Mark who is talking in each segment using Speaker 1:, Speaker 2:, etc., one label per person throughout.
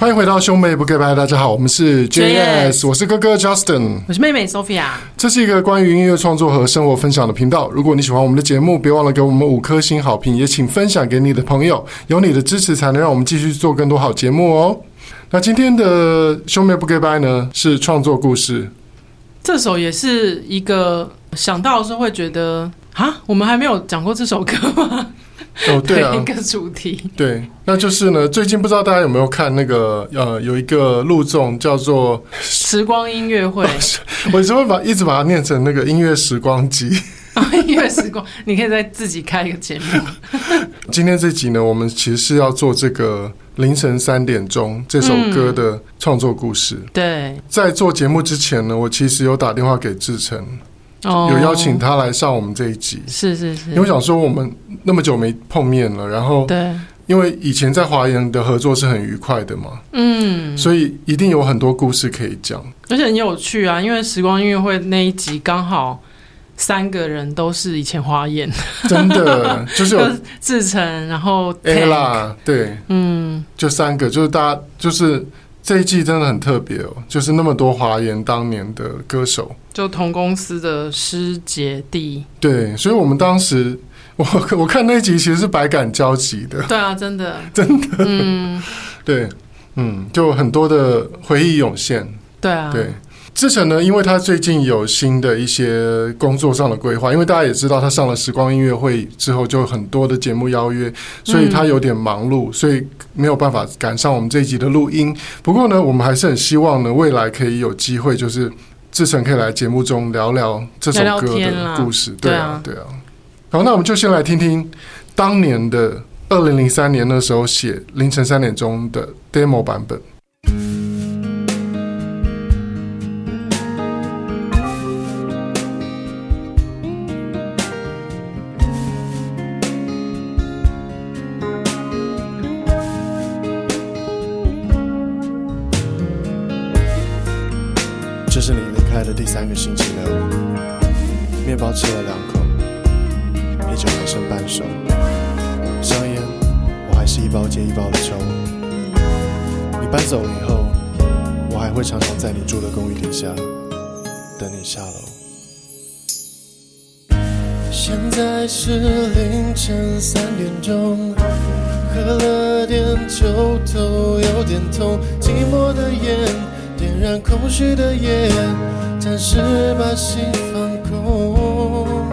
Speaker 1: 欢迎回到兄妹不给拜，大家好，我们是 JS， 我是哥哥 Justin，
Speaker 2: 我是妹妹 Sophia。
Speaker 1: 这是一个关于音乐创作和生活分享的频道。如果你喜欢我们的节目，别忘了给我们5颗星好评，也请分享给你的朋友。有你的支持，才能让我们继续做更多好节目哦。那今天的兄妹不给拜呢，是创作故事。
Speaker 2: 这首也是一个想到的时候会觉得啊，我们还没有讲过这首歌吗？
Speaker 1: 哦，对啊，
Speaker 2: 一个主题。
Speaker 1: 对，那就是呢，最近不知道大家有没有看那个有一个录综叫做
Speaker 2: 时光音乐会，
Speaker 1: 我就会一直把它念成那个音乐时光机。
Speaker 2: 音乐时光，你可以再自己开一个节目。
Speaker 1: 今天这集呢，我们其实是要做这个凌晨3点钟这首歌的创作故事。
Speaker 2: 对，
Speaker 1: 在做节目之前呢，我其实有打电话给志成。有邀请他来上我们这一集，
Speaker 2: 是，
Speaker 1: 因为我想说我们那么久没碰面了，然后
Speaker 2: 对，
Speaker 1: 因为以前在华研的合作是很愉快的嘛，所以一定有很多故事可以讲，
Speaker 2: 而且很有趣啊，因为时光音乐会那一集刚好3个人都是以前华研，真
Speaker 1: 的就是有
Speaker 2: 志成，然后
Speaker 1: Ella， 对，就3个，就是大家就是这一季真的很特别哦，就是那么多华研当年的歌手。
Speaker 2: 就同公司的师姐弟，
Speaker 1: 对，所以我们当时我看那一集其实是百感交集的。
Speaker 2: 对啊，真的，
Speaker 1: 对，就很多的回忆涌现。
Speaker 2: 对啊，
Speaker 1: 对。志成呢，因为他最近有新的一些工作上的规划，因为大家也知道他上了时光音乐会之后，就有很多的节目邀约，所以他有点忙碌，所以没有办法赶上我们这一集的录音。不过呢，我们还是很希望呢，未来可以有机会，就是志成可以来节目中聊聊这首歌的故事。对啊，对啊。好，那我们就先来听听当年的2003年那时候写凌晨3点钟的 demo 版本。
Speaker 3: 这是你离开的第3个星期了，面包吃了2口，啤酒还剩半手，香烟我还是一包接一包的抽。你搬走了以后，我还会常常在你住的公寓底下等你下楼。现在是凌晨3点钟，喝了点酒，头有点痛，寂寞的烟点燃空虚的夜，暂时把心放空。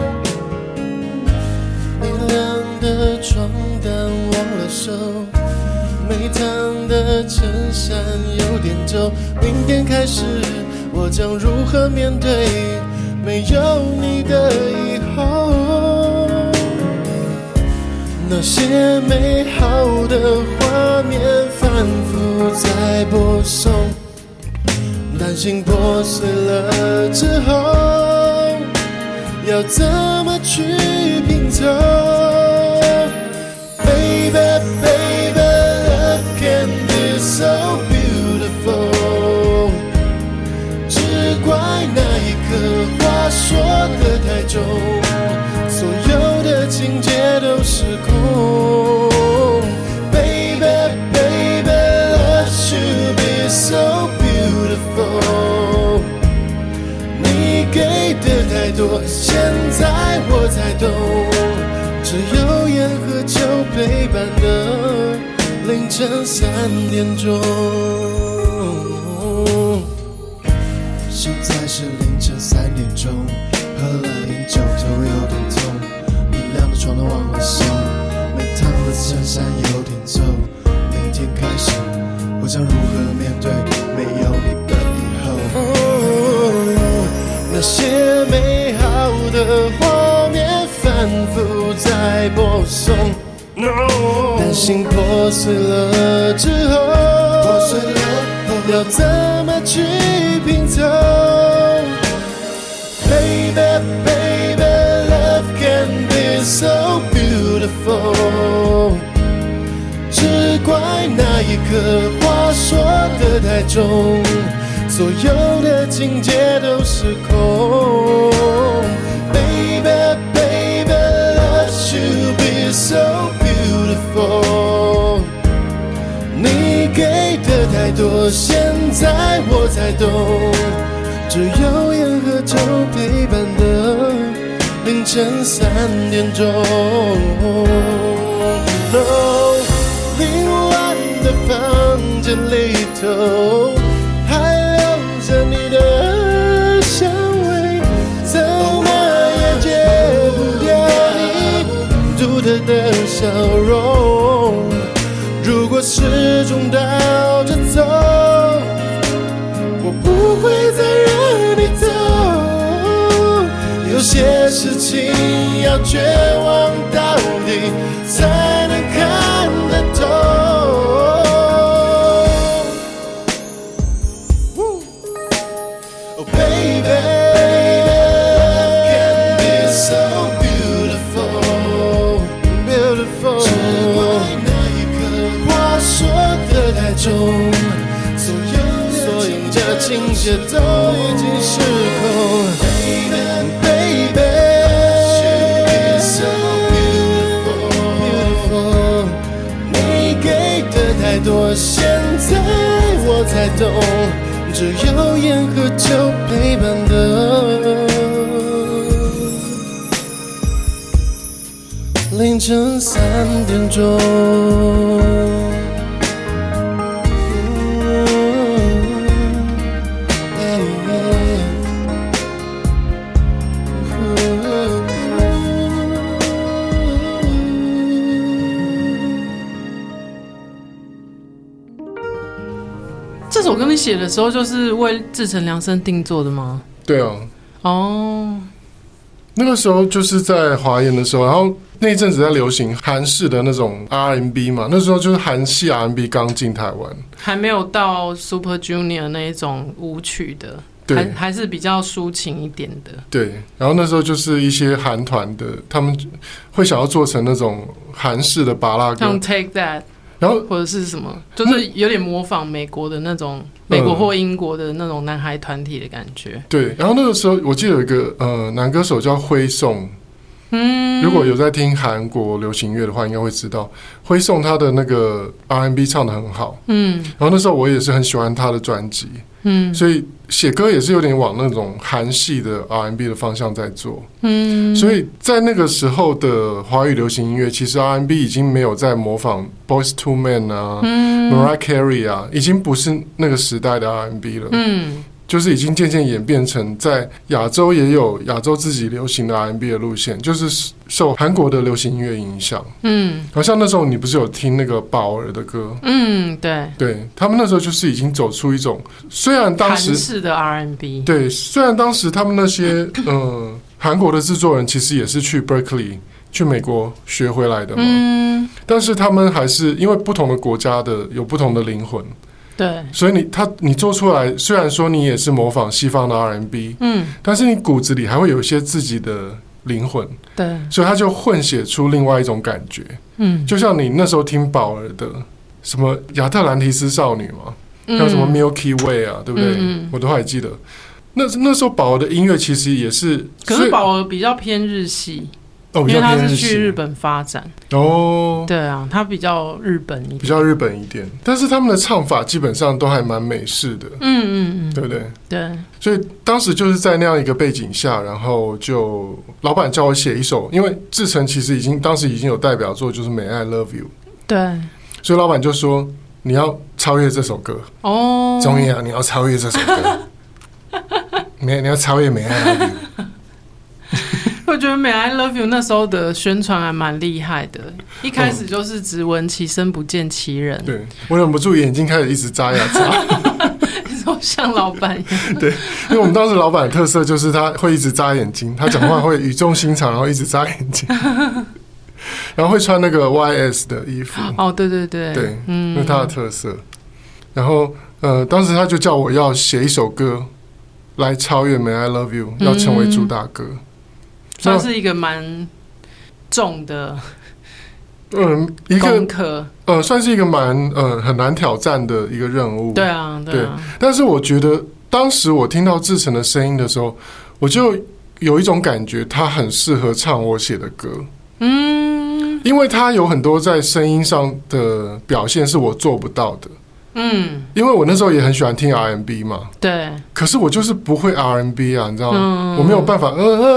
Speaker 3: 你晾的床单忘了收，没烫的衬衫有点皱。明天开始，我将如何面对没有你的以后？那些美好的画面反复在播送，担心破碎了之后要怎么去拼凑。 Baby baby love can be so beautiful， 只怪那一刻话说得太重，所有的情节都失控。 Baby baby love should be so beautiful， 你给的太多，现在我才懂，只有烟和酒陪伴的凌晨3点钟。现在是凌晨3点钟，喝了点酒，头有点痛，你晾的床单忘了收，没烫的衬衫有点皱。明天开始，我将如何面对没有你的以后？那些美好的画面反复在播送，担心破碎了之后，要怎么去拼凑？ Baby baby love can be so beautiful， 只怪那一刻话说得太重，所有的情节都失控。 Baby baby love should be so beautiful， 你给的太太多，现在我才懂，只有烟和酒陪伴的凌晨3点钟。凌乱的房间里头，还留着你的香味，怎么也戒不掉你独特的笑容。如果始终倒着走，我不会再让你走。有些事情要绝望到底，才能看得透。Oh baby, love can be so beautiful, beautiful。只怪那一刻话说得太重，所有的情节都已经失控。Baby, should be so beautiful, beautiful。你给的太多，现在我才懂，只有烟和酒陪伴的凌晨3点钟。
Speaker 2: 这首歌你写的时候就是为志成量身定做的吗？
Speaker 1: 对啊，
Speaker 2: 哦，
Speaker 1: 那个时候就是在华研的时候，然后那一阵子在流行韩式的那种 R&B 嘛，那时候就是韩系 R&B 刚进台湾，
Speaker 2: 还没有到 Super Junior 那一种舞曲的，还是比较抒情一点的。对，
Speaker 1: 然后那时候就是一些韩团的，他们会想要做成那种韩式的芭乐歌，
Speaker 2: 像 Take That。然后或者是什么，就是有点模仿美国的那种，美国或英国的那种男孩团体的感觉。对，
Speaker 1: 然后那个时候我记得有一个男歌手叫辉颂，如果有在听韩国流行乐的话，应该会知道辉颂他的那个 R&B 唱得很好。然后那时候我也是很喜欢他的专辑。所以写歌也是有点往那种韩系的 R&B 的方向在做。所以在那个时候的华语流行音乐，其实 R&B 已经没有在模仿 Boyz II Men 啊、Mariah Carey 啊，已经不是那个时代的 R&B 了。就是已经渐渐演变成在亚洲也有亚洲自己流行的 R&B 的路线，就是受韩国的流行音乐影响。好像那时候你不是有听那个宝儿的歌？对，他们那时候就是已经走出一种，虽然当时
Speaker 2: 韩式的 R&B，
Speaker 1: 对，虽然当时他们那些韩国的制作人其实也是去 Berkeley 去美国学回来的嘛，但是他们还是因为不同的国家的有不同的灵魂。对，所以你做出来，虽然说你也是模仿西方的 R&B， 但是你骨子里还会有一些自己的灵魂，对，所以他就混写出另外一种感觉，就像你那时候听宝儿的什么亚特兰提斯少女嘛，还有什么 Milky Way 啊，对不对？我都还记得，那时候宝儿的音乐其实也是，
Speaker 2: 可是宝儿比较偏日系。因为他是去日本发展哦，对啊，他比较日本一点，
Speaker 1: 但是他们的唱法基本上都还蛮美式的，对不对？对，所以当时就是在那样一个背景下，然后就老板叫我写一首，因为志成其实当时已经有代表作就是《May I Love You》，对，所以老板就说你要超越这首歌哦，终于啊，你要超越这首歌，你要超越《May I Love You》。
Speaker 2: 我觉得《May I Love You》那时候的宣传还蛮厉害的，一开始就是只闻其声不见其人。
Speaker 1: 对，我忍不住眼睛开始一直眨呀眨。
Speaker 2: 你说像老板一样？
Speaker 1: 对，因为我们当时老板的特色就是他会一直眨眼睛，他讲话会语重心长，然后一直眨眼睛，然后会穿那个 YS 的衣服。
Speaker 2: 哦，对对对，
Speaker 1: 对，那是他的特色。然后当时他就叫我要写一首歌来超越《May I Love You》，要成为主打歌。
Speaker 2: 算是一个蛮重的
Speaker 1: 一个
Speaker 2: 功课，
Speaker 1: 算是一个很难挑战的一个任务。
Speaker 2: 对啊，对啊。
Speaker 1: 但是我觉得当时我听到志成的声音的时候，我就有一种感觉，他很适合唱我写的歌。因为他有很多在声音上的表现是我做不到的。 因为我那时候也很喜欢听 R&B 嘛，
Speaker 2: 对，
Speaker 1: 可是我就是不会 R&B 啊，你知道吗？我没有办法，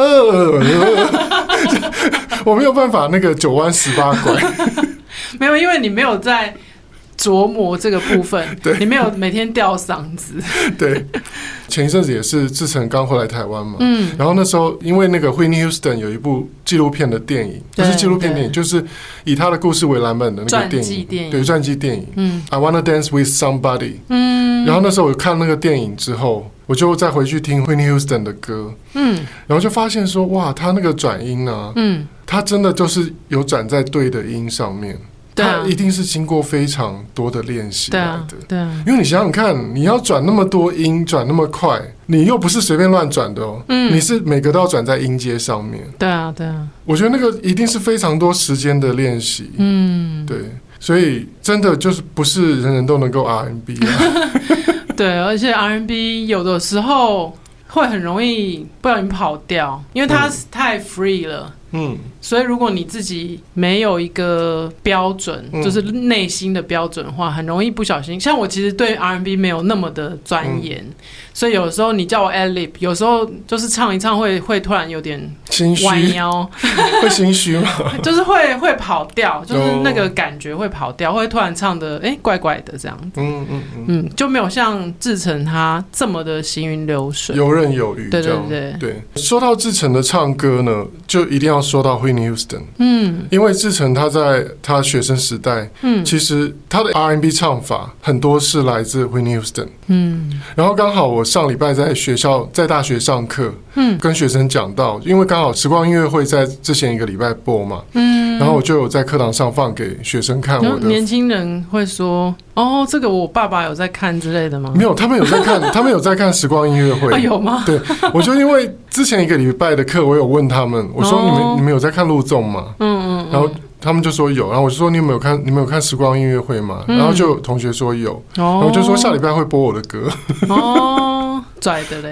Speaker 1: 我没有办法那个9弯18拐，
Speaker 2: 没有，因为你没有在琢磨这个部分，你没有每天吊嗓子。
Speaker 1: 对，前一阵子也是志成刚回来台湾嘛，然后那时候因为那个 Whitney Houston 有一部纪录片的电影，不是纪录片电影，就是以他的故事为蓝本的那个电影，对，传记电影，I Wanna Dance with Somebody，然后那时候我看那个电影之后，我就再回去听 Whitney Houston 的歌，然后就发现说，哇，他那个转音啊，他真的就是有转在对的音上面。他一定是经过非常多的练习来的，
Speaker 2: 对啊，
Speaker 1: 因为你想想看，你要转那么多音，转那么快，你又不是随便乱转的哦，你是每个都要转在音阶上面，
Speaker 2: 对啊，对啊，
Speaker 1: 我觉得那个一定是非常多时间的练习，对，所以真的就是不是人人都能够 R&B 啊，
Speaker 2: 对，而且 R&B 有的时候会很容易不小心跑掉，因为它太 free 了。所以如果你自己没有一个标准，就是内心的标准的话，很容易不小心。像我其实对 R&B 没有那么的钻研，所以有时候你叫我 ad-lib， 有时候就是唱一唱会突然有点弯腰，
Speaker 1: 会心虚吗？
Speaker 2: 就是会跑掉，就是那个感觉会跑掉，会突然唱的怪怪的这样子。就没有像志成他这么的行云流水，
Speaker 1: 游刃有余。对。说到志成的唱歌呢，就一定要说到 Whitney Houston， 因为志成他在他学生时代，其实他的 R&B 唱法很多是来自 Whitney Houston，然后刚好我上礼拜在学校在大学上课，跟学生讲到，因为刚好时光音乐会在之前1个礼拜播嘛，然后我就有在课堂上放给学生看我的。
Speaker 2: 年轻人会说，哦，这个我爸爸有在看之类的吗？
Speaker 1: 没有，他们有在看，他们有在看时光音乐会，
Speaker 2: 有吗？
Speaker 1: 对，我就因为之前1个礼拜的课，我有问他们，我说你们有在看陆纵吗？然后他们就说有，然后我就说你们有看时光音乐会吗？然后就有同学说有，然后就说下礼拜会播我的歌。
Speaker 2: 拽的嘞。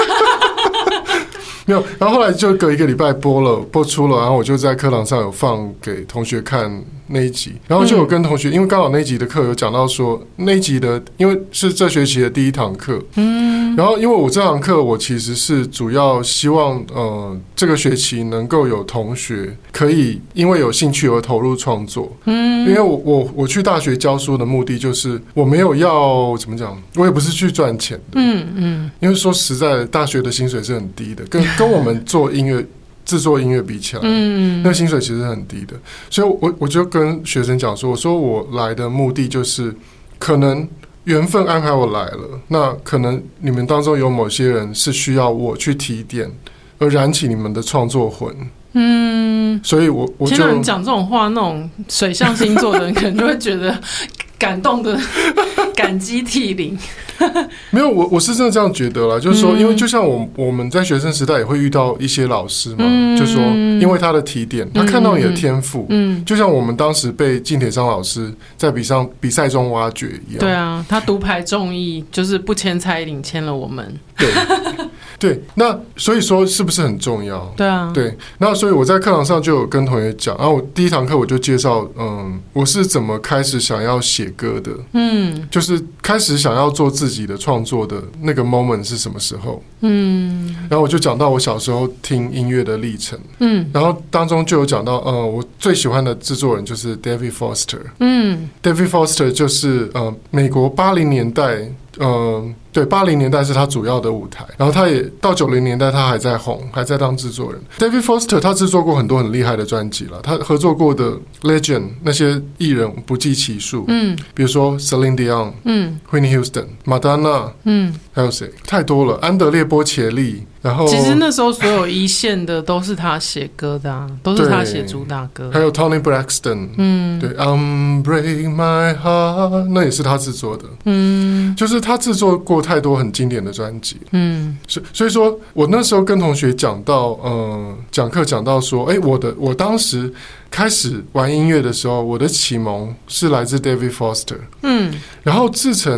Speaker 1: 没有，然后后来就隔1个礼拜播出了，然后我就在课堂上有放给同学看那一集，然后就有跟同学，因为刚好那一集的课有讲到说那一集的，因为是这学期的第1堂课，然后因为我这堂课我其实是主要希望这个学期能够有同学可以因为有兴趣而投入创作，因为我去大学教书的目的就是我没有要怎么讲，我也不是去赚钱的，因为说实在的，大学的薪水是很低的，跟我们做音乐制作音乐比起来，那个薪水其实很低的，所以我就跟学生讲说，我说我来的目的就是可能缘分安排我来了，那可能你们当中有某些人是需要我去提点，而燃起你们的创作魂。所以我就
Speaker 2: 听到你讲这种话，那种水象星座的人可能就会觉得感动的感激涕零。
Speaker 1: 没有，我是真的这样觉得啦，就是说，因为就像我们在学生时代也会遇到一些老师嘛，就说因为他的提点，他看到你的天赋，就像我们当时被靳铁章老师在比赛中挖掘一样。
Speaker 2: 对啊，他独排众议，就是不签蔡依林，签了我们。
Speaker 1: 对，那所以说是不是很重要？
Speaker 2: 对啊，
Speaker 1: 对，那所以我在课堂上就有跟同学讲，然后我第1堂课我就介绍，我是怎么开始想要写歌的，就是开始想要做自己的创作的那个 moment 是什么时候，然后我就讲到我小时候听音乐的历程，然后当中就有讲到，我最喜欢的制作人就是 David Foster，David Foster 就是美国80年代。对，80年代是他主要的舞台，然后他也到90年代他还在红，还在当制作人。David Foster 他制作过很多很厉害的专辑了，他合作过的 Legend 那些艺人不计其数，比如说 Celine Dion，Whitney Houston，Madonna，还有谁？太多了，安德烈波切利。然后
Speaker 2: 其实那时候所有一线的都是他写歌的啊，都是他写主打歌。
Speaker 1: 还有 Tony Braxton，对 ，Unbreak My Heart， 那也是他制作的。就是他制作过太多很经典的专辑。所以说我那时候跟同学讲到，讲课讲到说，我当时开始玩音乐的时候，我的启蒙是来自 David Foster。然后志成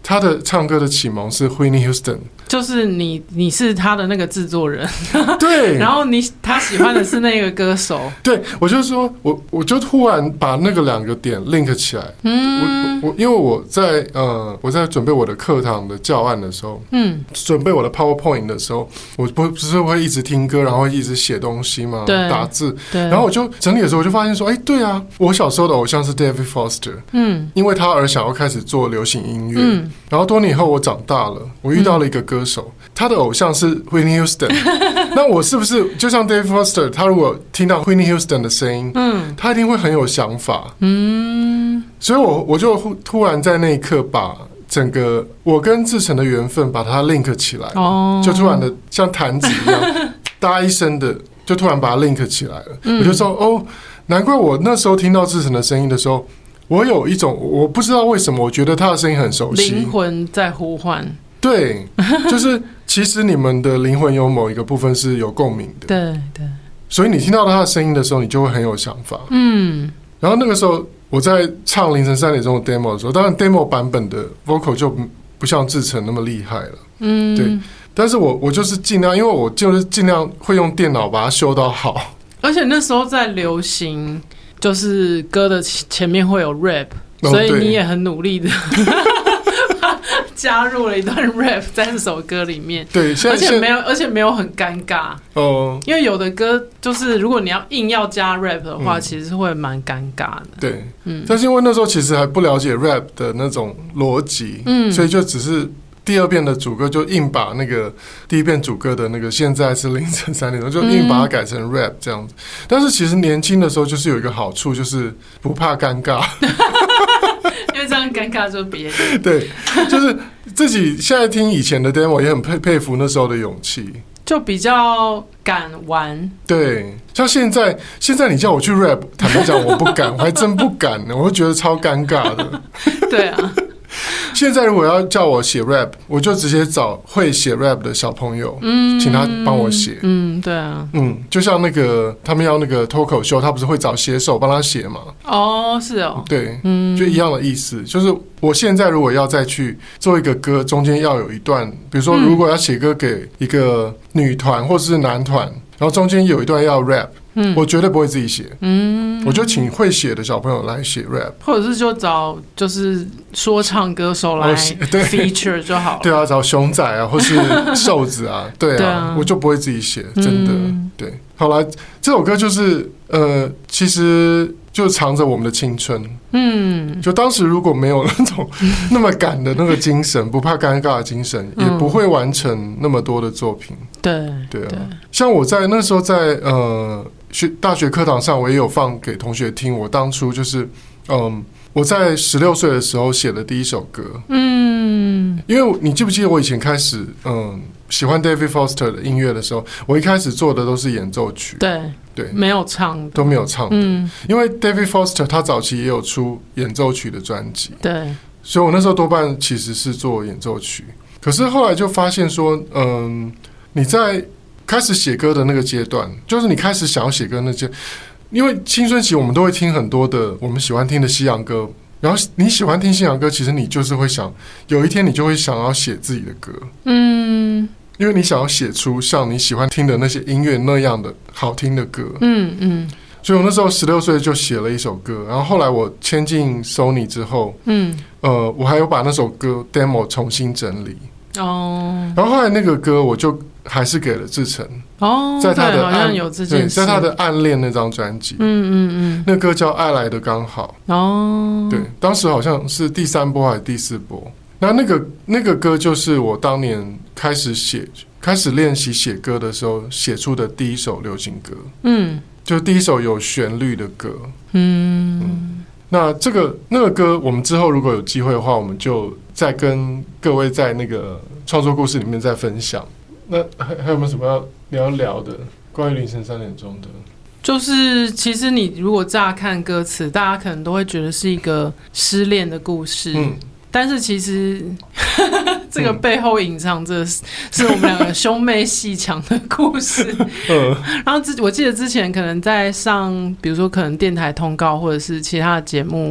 Speaker 1: 他的唱歌的启蒙是 Whitney Houston，
Speaker 2: 就是你是他的那个制作人，
Speaker 1: 对，
Speaker 2: 然后他喜欢的是那个歌手，
Speaker 1: 对，我就说我就突然把那个2个点 link 起来，因为我在准备我的课堂的教案的时候，准备我的 PowerPoint 的时候，我不是会一直听歌，然后一直写东西嘛，打字，对，然后我就整理的时候，我就发现说，对啊，我小时候的偶像是 David Foster，因为他而想要开始做流行音乐，然后多年以后我长大了，我遇到了一个歌手，他的偶像是 Whitney Houston， 那我是不是就像 David Foster， 他如果听到 Whitney Houston 的声音，他一定会很有想法，所以我就突然在那一刻把整个我跟志成的缘分把它 link 起来，就突然的像弹指一样，搭一声的就突然把它 link 起来了。我就说难怪我那时候听到志成的声音的时候，我有一种我不知道为什么，我觉得他的声音很熟悉，
Speaker 2: 灵魂在呼唤。对，
Speaker 1: 就是其实你们的灵魂有某一个部分是有共鸣的，
Speaker 2: 对，
Speaker 1: 所以你听到他的声音的时候，你就会很有想法。然后那个时候我在唱凌晨3点钟的 demo 的时候，当然 demo 版本的 vocal 就不像志成那么厉害了，对。但是我就是尽量，因为我就是尽量会用电脑把它修到好。
Speaker 2: 而且那时候在流行，就是歌的前面会有 rap，所以你也很努力的加入了一段 rap 在这首歌里面。
Speaker 1: 对，
Speaker 2: 而且没有很尴尬因为有的歌就是如果你硬要加 rap 的话，其实会蛮尴尬的。
Speaker 1: 对，但是因为那时候其实还不了解 rap 的那种逻辑，所以就只是第2遍的主歌就硬把那个第1遍主歌的那个现在是凌晨3点钟，就硬把它改成 rap 这样子。但是其实年轻的时候就是有一个好处，就是不怕尴尬。
Speaker 2: 因为这样尴尬就别人。
Speaker 1: 对，就是自己现在听以前的 demo 也很佩服那时候的勇气，
Speaker 2: 就比较敢玩。
Speaker 1: 对，像现在你叫我去 rap， 坦白讲我不敢，我还真不敢呢，我会觉得超尴尬的。
Speaker 2: 对啊。
Speaker 1: 现在如果要叫我写 rap， 我就直接找会写 rap 的小朋友，请他帮我写。
Speaker 2: 对啊，
Speaker 1: 就像那个他们要那个脱口秀，他不是会找写手帮他写吗？
Speaker 2: 是哦，
Speaker 1: 对，就一样的意思。就是我现在如果要再去做一个歌，中间要有一段，比如说如果要写歌给一个女团或是男团，然后中间有一段要 rap。我绝对不会自己写，我就请会写的小朋友来写 rap，
Speaker 2: 或者是就找就是说唱歌手来 feature 就好了。
Speaker 1: 对啊，找熊仔啊，或是瘦子啊，对啊，我就不会自己写，真的。对，好了，这首歌就是其实就藏着我们的青春。就当时如果没有那种那么赶的那个精神，不怕尴尬的精神，也不会完成那么多的作品。对啊，像我在那时候在大学课堂上，我也有放给同学听。我当初就是我在16岁的时候写的第一首歌。因为你记不记得我以前开始喜欢 David Foster 的音乐的时候，我一开始做的都是演奏曲。对，
Speaker 2: 没有唱的，
Speaker 1: 都没有唱的。因为 David Foster 他早期也有出演奏曲的专辑。对，所以我那时候多半其实是做演奏曲。可是后来就发现说，你在开始写歌的那个阶段，就是你开始想要写歌那阶，因为青春期我们都会听很多的我们喜欢听的西洋歌，然后你喜欢听西洋歌，其实你就是会想，有一天你就会想要写自己的歌。因为你想要写出像你喜欢听的那些音乐那样的好听的歌。所以我那时候16岁就写了一首歌，然后后来我签进 Sony 之后，我还有把那首歌 demo 重新整理。然后后来那个歌我就还是给了志成。在他的
Speaker 2: 好像有这件事，
Speaker 1: 在他的暗恋那张专辑。那歌叫《爱来的刚好》。对，当时好像是第3波还是第4波。那个歌就是我当年开始练习写歌的时候写出的第一首流行歌。就第一首有旋律的歌。那那个歌，我们之后如果有机会的话，我们就再跟各位在那个创作故事里面再分享。那还有没有什么要聊的？关于凌晨3点钟的？
Speaker 2: 就是其实你如果乍看歌词，大家可能都会觉得是一个失恋的故事。但是其实这个背后隐藏着是我们两个兄妹戏强的故事。然后我记得之前可能在上，比如说可能电台通告或者是其他的节目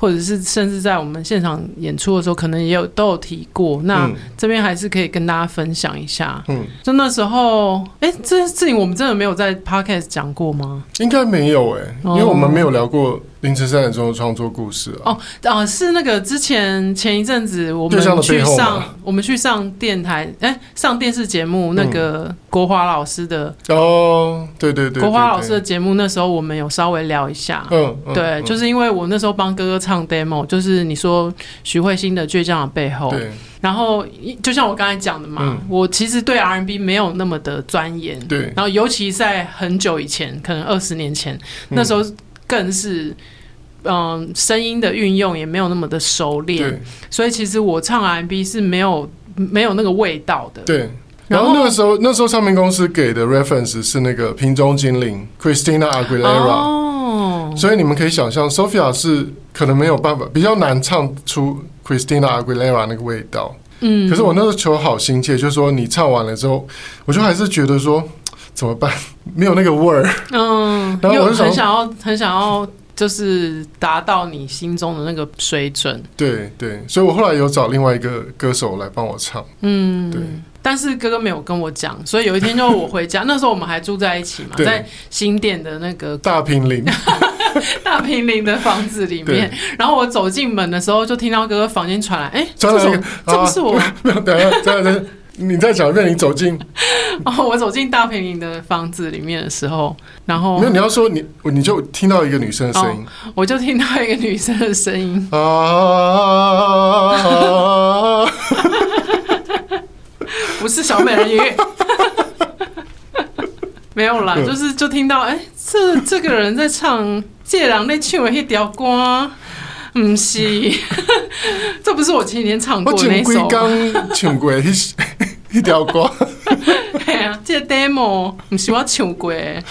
Speaker 2: 或者是甚至在我们现场演出的时候，可能都有提过。那这边还是可以跟大家分享一下。就那时候，这件事情我们真的没有在 podcast 讲过吗？
Speaker 1: 应该没有因为我们没有聊过凌晨3点钟的创作故事啊。
Speaker 2: 是那个前一阵子我们去上电台，上电视节目那个国华老师的
Speaker 1: 对，
Speaker 2: 国华老师的节目，那时候我们有稍微聊一下。对，就是因为我那时候帮哥哥唱 demo， 就是你说许慧欣的《倔强的背后》。对。然后就像我刚才讲的嘛，我其实对 R&B 没有那么的钻研。对。然后尤其在很久以前，可能20年前，那时候更是。声音的运用也没有那么的熟练，所以其实我唱 R&B 是没有那个味道的。对，
Speaker 1: 然后那时候唱片公司给的 reference 是那个瓶中精灵 Christina Aguilera，所以你们可以想象 Sophia 是可能没有办法，比较难唱出 Christina Aguilera 那个味道。可是我那时候求好心切，就是说你唱完了之后，我就还是觉得说怎么办，没有那个味儿。然后我就很
Speaker 2: 想要。就是达到你心中的那个水准。
Speaker 1: 对，所以我后来有找另外一个歌手来帮我唱。对。
Speaker 2: 但是哥哥没有跟我讲，所以有一天就我回家，那时候我们还住在一起嘛，在新店的那个
Speaker 1: 大坪林
Speaker 2: 的房子里面。然后我走进门的时候，就听到哥哥房间传来，这不是我。
Speaker 1: 没有，等一下。你再讲一遍，你走进
Speaker 2: 我走进大坪林的房子里面的时候，然后
Speaker 1: 没有，你要说你就听到一个女生的声音，
Speaker 2: 我就听到一个女生的声音不是小美人鱼没有啦，就听到这个人在唱这人在唱的那条歌。不是这不是我前几天唱过的那首，
Speaker 1: 我刚唱过那条歌。
Speaker 2: 这个 demo 不是我唱过的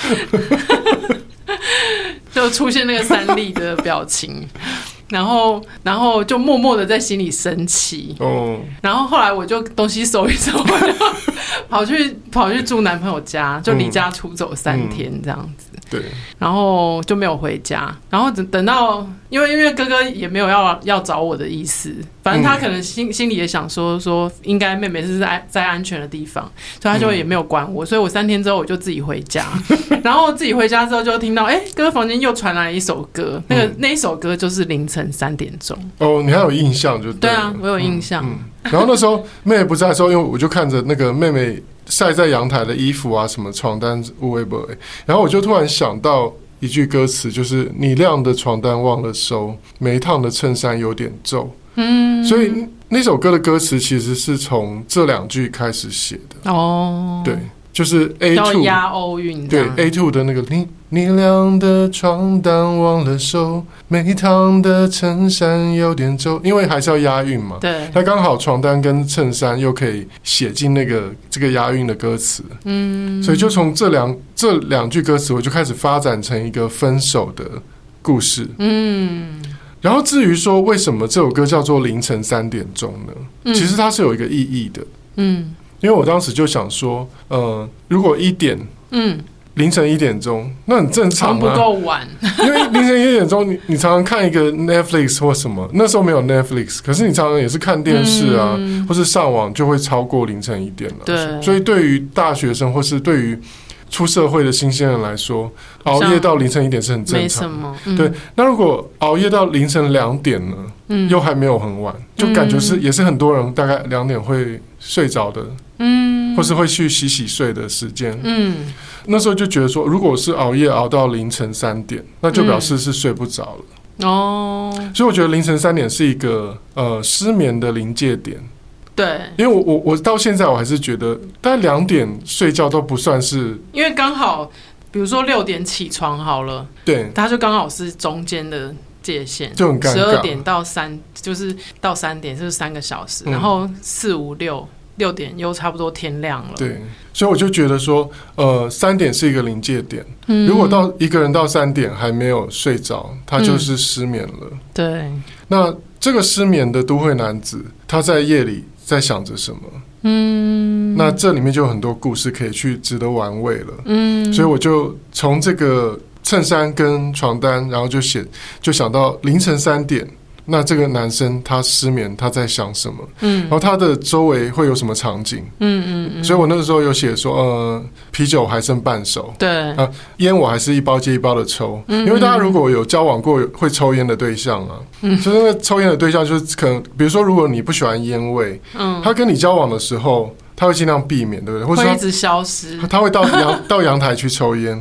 Speaker 2: 就出现那个三立的表情，然后就默默的在心里生气。然后后来我就东西收一收，跑去住男朋友家，就离家出走3天这样子。对，然后就没有回家，然后等到因为哥哥也没有要找我的意思，反正他可能心里也想说应该妹妹是在安全的地方，所以他就也没有管我，所以我3天之后我就自己回家，然后自己回家之后就听到哥哥房间又传来一首歌，那一首歌就是凌晨3点钟。
Speaker 1: 你还有印象就对了。
Speaker 2: 对啊，我有印象。
Speaker 1: 然后那时候妹妹不在的时候，因为我就看着那个妹妹晒在阳台的衣服啊，什么床单无微不微，然后我就突然想到一句歌词，就是你晾的床单忘了收，每一趟的衬衫有点皱。所以那首歌的歌词其实是从这2句开始写的。对，就是 A2
Speaker 2: 押欧韵，
Speaker 1: 对 A2 的那个你晾的床单忘了收，每一趟的衬衫有点皱，因为还是要押韵嘛。对，它刚好床单跟衬衫又可以写进这个押韵的歌词。所以就从这两句歌词，我就开始发展成一个分手的故事。然后至于说为什么这首歌叫做凌晨3点钟呢？其实它是有一个意义的。因为我当时就想说，如果凌晨1点钟，那很正常
Speaker 2: 不够晚。
Speaker 1: 因为凌晨1点钟，你常常看一个 Netflix 或什么，那时候没有 Netflix， 可是你常常也是看电视啊，或是上网就会超过凌晨1点了。对，所以对于大学生或是对于出社会的新鲜人来说，熬夜到凌晨1点是很正常的。没什么。对，那如果熬夜到凌晨2点呢？又还没有很晚，就感觉也是很多人大概2点会睡着的。或是会去洗睡的时间。那时候就觉得说，如果是熬夜熬到凌晨3点，那就表示是睡不着了。所以我觉得凌晨3点是一个失眠的临界点。对，因为我到现在我还是觉得，大概2点睡觉都不算是，
Speaker 2: 因为刚好，比如说6点起床好了，对，它就刚好是中间的界限，
Speaker 1: 就很尴尬。
Speaker 2: 12点到就是到3点，就是3个小时，然后4、5、6点又差不多天亮了。
Speaker 1: 对，所以我就觉得说，3点是一个临界点。如果一个人到3点还没有睡着，他就是失眠了。对，那这个失眠的都会男子，他在夜里在想着什么？那这里面就有很多故事可以去值得玩味了。所以我就从这个衬衫跟床单，然后就想到凌晨3点那这个男生他失眠他在想什么，然后他的周围会有什么场景，所以我那个时候有写说啤酒还剩半手，
Speaker 2: 对，
Speaker 1: 烟我还是一包接一包的抽，因为大家如果有交往过会抽烟的对象啊，就是那个抽烟的对象就是可能比如说如果你不喜欢烟味，他跟你交往的时候他会尽量避免，对不对？或者
Speaker 2: 会一直消失，
Speaker 1: 他会到阳台去抽烟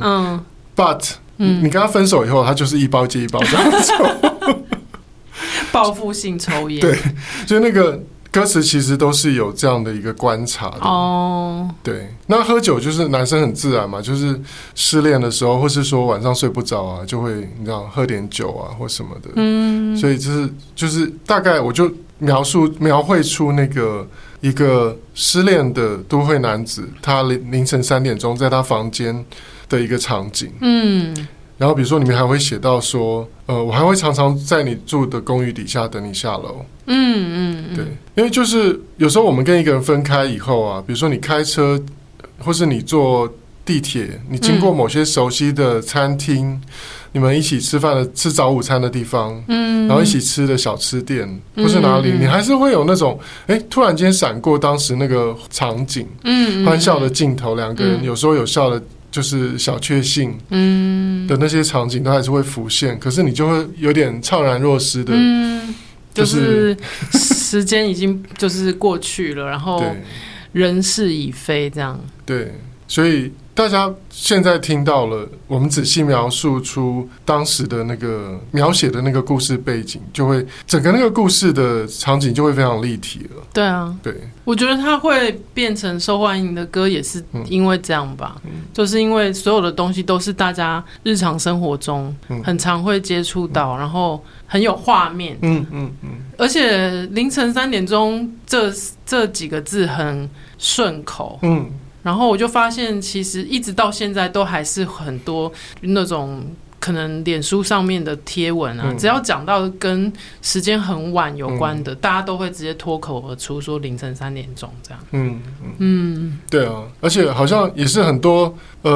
Speaker 1: ，but你跟他分手以后，他就是一包接一包这样抽，
Speaker 2: 报复性抽烟。
Speaker 1: 对，所以那个歌词其实都是有这样的一个观察的。对。那喝酒就是男生很自然嘛，就是失恋的时候，或是说晚上睡不着啊，就会你知道喝点酒啊或什么的。所以就是大概我就描绘出那个一个失恋的都会男子，他凌晨3点钟在他房间的一个场景，然后比如说里面还会写到说，我还会常常在你住的公寓底下等你下楼，对，因为就是有时候我们跟一个人分开以后啊，比如说你开车，或是你坐地铁，你经过某些熟悉的餐厅，你们一起吃早午餐的地方，然后一起吃的小吃店，或是哪里，你还是会有那种，突然间闪过当时那个场景，欢笑的镜头，两个人有时候有笑的。就是小确幸的那些场景都还是会浮现，可是你就会有点怅然若失的，
Speaker 2: 就是时间已经就是过去了，然后人事已非这样。对，
Speaker 1: 所以大家现在听到了，我们仔细描述出当时的那个描写的那个故事背景，就会整个那个故事的场景就会非常立体了。
Speaker 2: 对啊，对，我觉得它会变成受欢迎的歌，也是因为这样吧，就是因为所有的东西都是大家日常生活中很常会接触到，然后很有画面，而且凌晨3点钟这几个字很顺口，然后我就发现，其实一直到现在都还是很多那种可能脸书上面的贴文啊，只要讲到跟时间很晚有关的，大家都会直接脱口而出说凌晨3点钟这样。
Speaker 1: 对啊，而且好像也是很多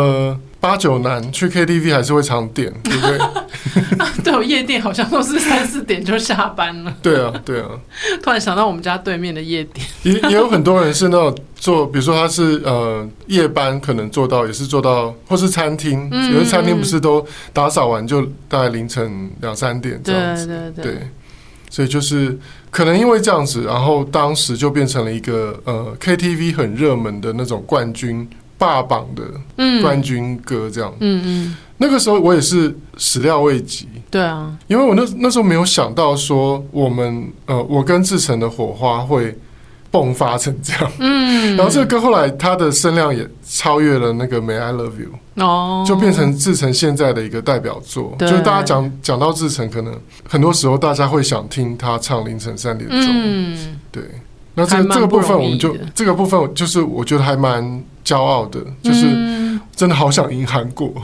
Speaker 1: 8、9男去 KTV 还是会常点，对不对？
Speaker 2: 对，夜店好像都是3、4点就下班了。对啊。突然想到我们家对面的夜店，
Speaker 1: 也有很多人是那种比如说他是夜班，可能也是做到，或是餐厅，有些餐厅不是都打扫完就大概凌晨2、3点这样子。对，所以就是可能因为这样子，然后当时就变成了一个KTV 很热门的那种冠军。霸榜的冠军歌这样，那个时候我也是始料未及，对啊，因为我那时候没有想到说我跟志成的火花会迸发成这样，然后这个歌后来它的声量也超越了那个 May I Love You，就变成志成现在的一个代表作，就是大家讲到志成，可能很多时候大家会想听他唱凌晨3点钟，对。那这个部分这个部分就是我觉得还蛮骄傲的，就是真的好想赢韩国，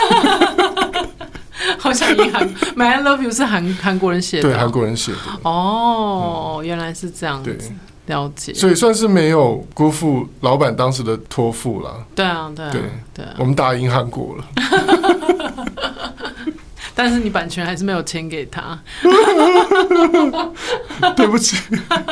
Speaker 2: 好想赢韩国。My I Love You 是韩国人写的，
Speaker 1: 对，韩国人写的。
Speaker 2: 原来是这样子，了解。
Speaker 1: 所以算是没有辜负老板当时的托付啦。
Speaker 2: 对啊，
Speaker 1: 我们打赢韩国了。
Speaker 2: 但是你版权还是没有签给他，
Speaker 1: 对不起。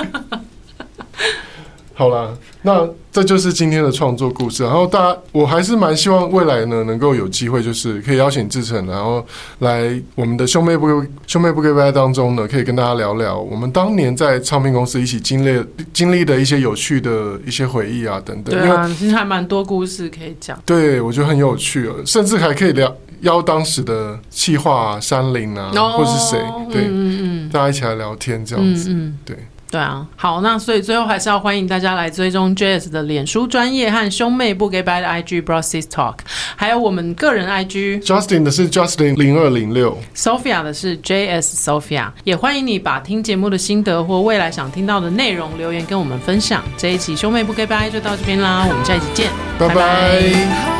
Speaker 1: 好啦，那这就是今天的创作故事。然后我还是蛮希望未来呢能够有机会，就是可以邀请志成，然后来我们的兄妹不给拜当中呢，可以跟大家聊聊我们当年在唱片公司一起经历的一些有趣的一些回忆啊等等。
Speaker 2: 对啊，其实还蛮多故事可以讲。
Speaker 1: 对，我觉得很有趣，甚至还可以邀当时的企划啊、山林啊，或是谁，对，大家一起来聊天这样子，
Speaker 2: 对啊，好，那所以最后还是要欢迎大家来追踪 JS 的脸书专页和兄妹不给拜的 IG Bro Sis Talk， 还有我们个人 IG
Speaker 1: Justin 的是 Justin 0206，
Speaker 2: Sophia 的是 JS Sophia， 也欢迎你把听节目的心得或未来想听到的内容留言跟我们分享。这一期兄妹不给拜就到这边啦，我们下一期见，拜拜。